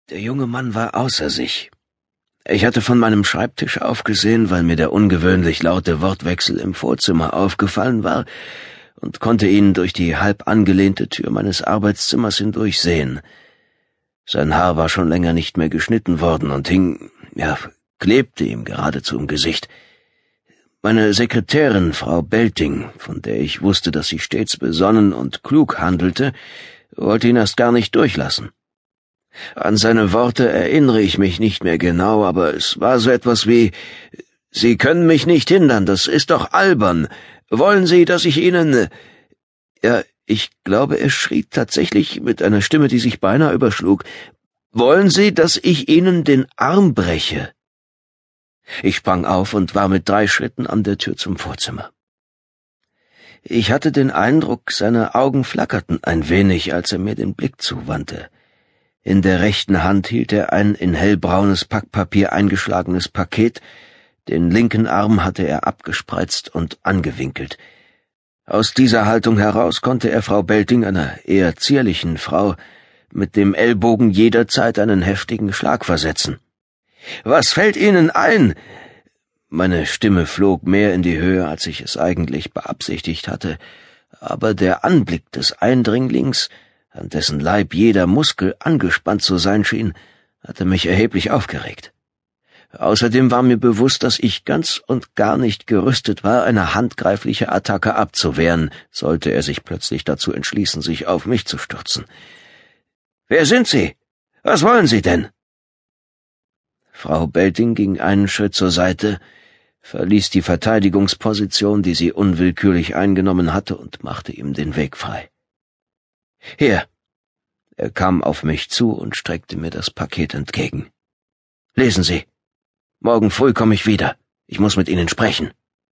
Der junge Mann war außer sich. Ich hatte von meinem Schreibtisch aufgesehen, weil mir der ungewöhnlich laute Wortwechsel im Vorzimmer aufgefallen war, und konnte ihn durch die halb angelehnte Tür meines Arbeitszimmers hindurch sehen. Sein Haar war schon länger nicht mehr geschnitten worden und klebte ihm geradezu im Gesicht. Meine Sekretärin, Frau Belting, von der ich wusste, dass sie stets besonnen und klug handelte, wollte ihn erst gar nicht durchlassen. An seine Worte erinnere ich mich nicht mehr genau, aber es war so etwas wie: »Sie können mich nicht hindern, das ist doch albern. Wollen Sie, dass ich Ihnen...« Ja, ich glaube, er schrie tatsächlich mit einer Stimme, die sich beinahe überschlug: »Wollen Sie, dass ich Ihnen den Arm breche?« Ich sprang auf und war mit 3 Schritten an der Tür zum Vorzimmer. Ich hatte den Eindruck, seine Augen flackerten ein wenig, als er mir den Blick zuwandte. In der rechten Hand hielt er ein in hellbraunes Packpapier eingeschlagenes Paket, den linken Arm hatte er abgespreizt und angewinkelt. Aus dieser Haltung heraus konnte er Frau Belting, einer eher zierlichen Frau, mit dem Ellbogen jederzeit einen heftigen Schlag versetzen. »Was fällt Ihnen ein?« Meine Stimme flog mehr in die Höhe, als ich es eigentlich beabsichtigt hatte, aber der Anblick des Eindringlings, an dessen Leib jeder Muskel angespannt zu sein schien, hatte mich erheblich aufgeregt. Außerdem war mir bewusst, dass ich ganz und gar nicht gerüstet war, eine handgreifliche Attacke abzuwehren, sollte er sich plötzlich dazu entschließen, sich auf mich zu stürzen. »Wer sind Sie? Was wollen Sie denn?« Frau Belting ging einen Schritt zur Seite, verließ die Verteidigungsposition, die sie unwillkürlich eingenommen hatte, und machte ihm den Weg frei. »Hier!« Er kam auf mich zu und streckte mir das Paket entgegen. »Lesen Sie. Morgen früh komme ich wieder. Ich muss mit Ihnen sprechen.«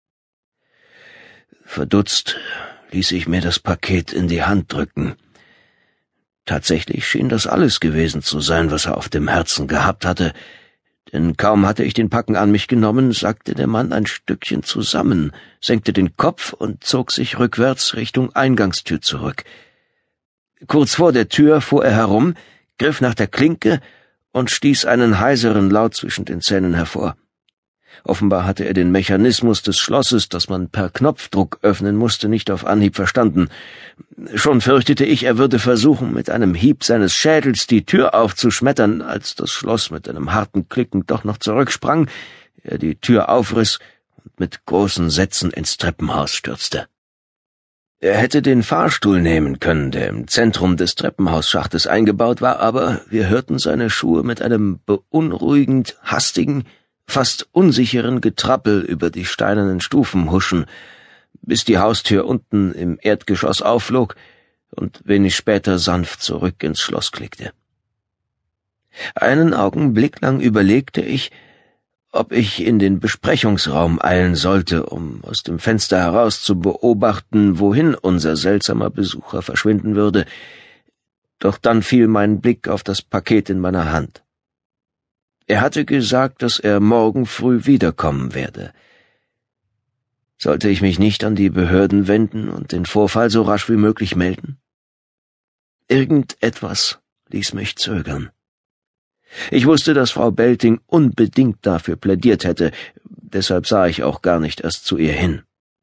Verdutzt ließ ich mir das Paket in die Hand drücken. Tatsächlich schien das alles gewesen zu sein, was er auf dem Herzen gehabt hatte, denn kaum hatte ich den Packen an mich genommen, sackte der Mann ein Stückchen zusammen, senkte den Kopf und zog sich rückwärts Richtung Eingangstür zurück. Kurz vor der Tür fuhr er herum, griff nach der Klinke und stieß einen heiseren Laut zwischen den Zähnen hervor. Offenbar hatte er den Mechanismus des Schlosses, das man per Knopfdruck öffnen musste, nicht auf Anhieb verstanden. Schon fürchtete ich, er würde versuchen, mit einem Hieb seines Schädels die Tür aufzuschmettern, als das Schloss mit einem harten Klicken doch noch zurücksprang, er die Tür aufriss und mit großen Sätzen ins Treppenhaus stürzte. Er hätte den Fahrstuhl nehmen können, der im Zentrum des Treppenhausschachtes eingebaut war, aber wir hörten seine Schuhe mit einem beunruhigend hastigen, fast unsicheren Getrappel über die steinernen Stufen huschen, bis die Haustür unten im Erdgeschoss aufflog und wenig später sanft zurück ins Schloss klickte. Einen Augenblick lang überlegte ich, ob ich in den Besprechungsraum eilen sollte, um aus dem Fenster heraus zu beobachten, wohin unser seltsamer Besucher verschwinden würde, doch dann fiel mein Blick auf das Paket in meiner Hand. Er hatte gesagt, dass er morgen früh wiederkommen werde. Sollte ich mich nicht an die Behörden wenden und den Vorfall so rasch wie möglich melden? Irgendetwas ließ mich zögern. Ich wusste, dass Frau Belting unbedingt dafür plädiert hätte, deshalb sah ich auch gar nicht erst zu ihr hin.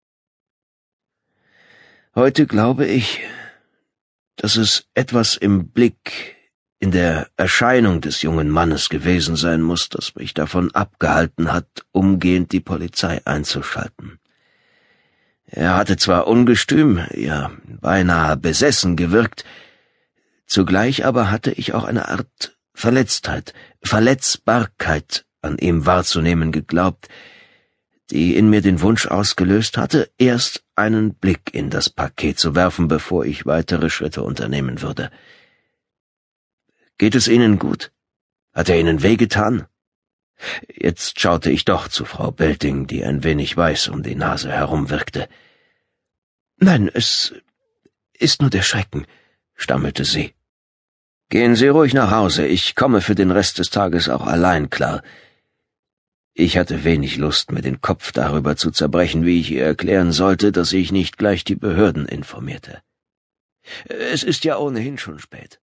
Heute glaube ich, dass es etwas im Blick, in der Erscheinung des jungen Mannes gewesen sein muss, das mich davon abgehalten hat, umgehend die Polizei einzuschalten. Er hatte zwar ungestüm, ja beinahe besessen gewirkt, zugleich aber hatte ich auch eine Art Verletzbarkeit an ihm wahrzunehmen geglaubt, die in mir den Wunsch ausgelöst hatte, erst einen Blick in das Paket zu werfen, bevor ich weitere Schritte unternehmen würde. »Geht es Ihnen gut? Hat er Ihnen wehgetan?« Jetzt schaute ich doch zu Frau Belting, die ein wenig weiß um die Nase herumwirkte. »Nein, es ist nur der Schrecken«, stammelte sie. »Gehen Sie ruhig nach Hause, ich komme für den Rest des Tages auch allein klar.« Ich hatte wenig Lust, mir den Kopf darüber zu zerbrechen, wie ich ihr erklären sollte, dass ich nicht gleich die Behörden informierte. »Es ist ja ohnehin schon spät.«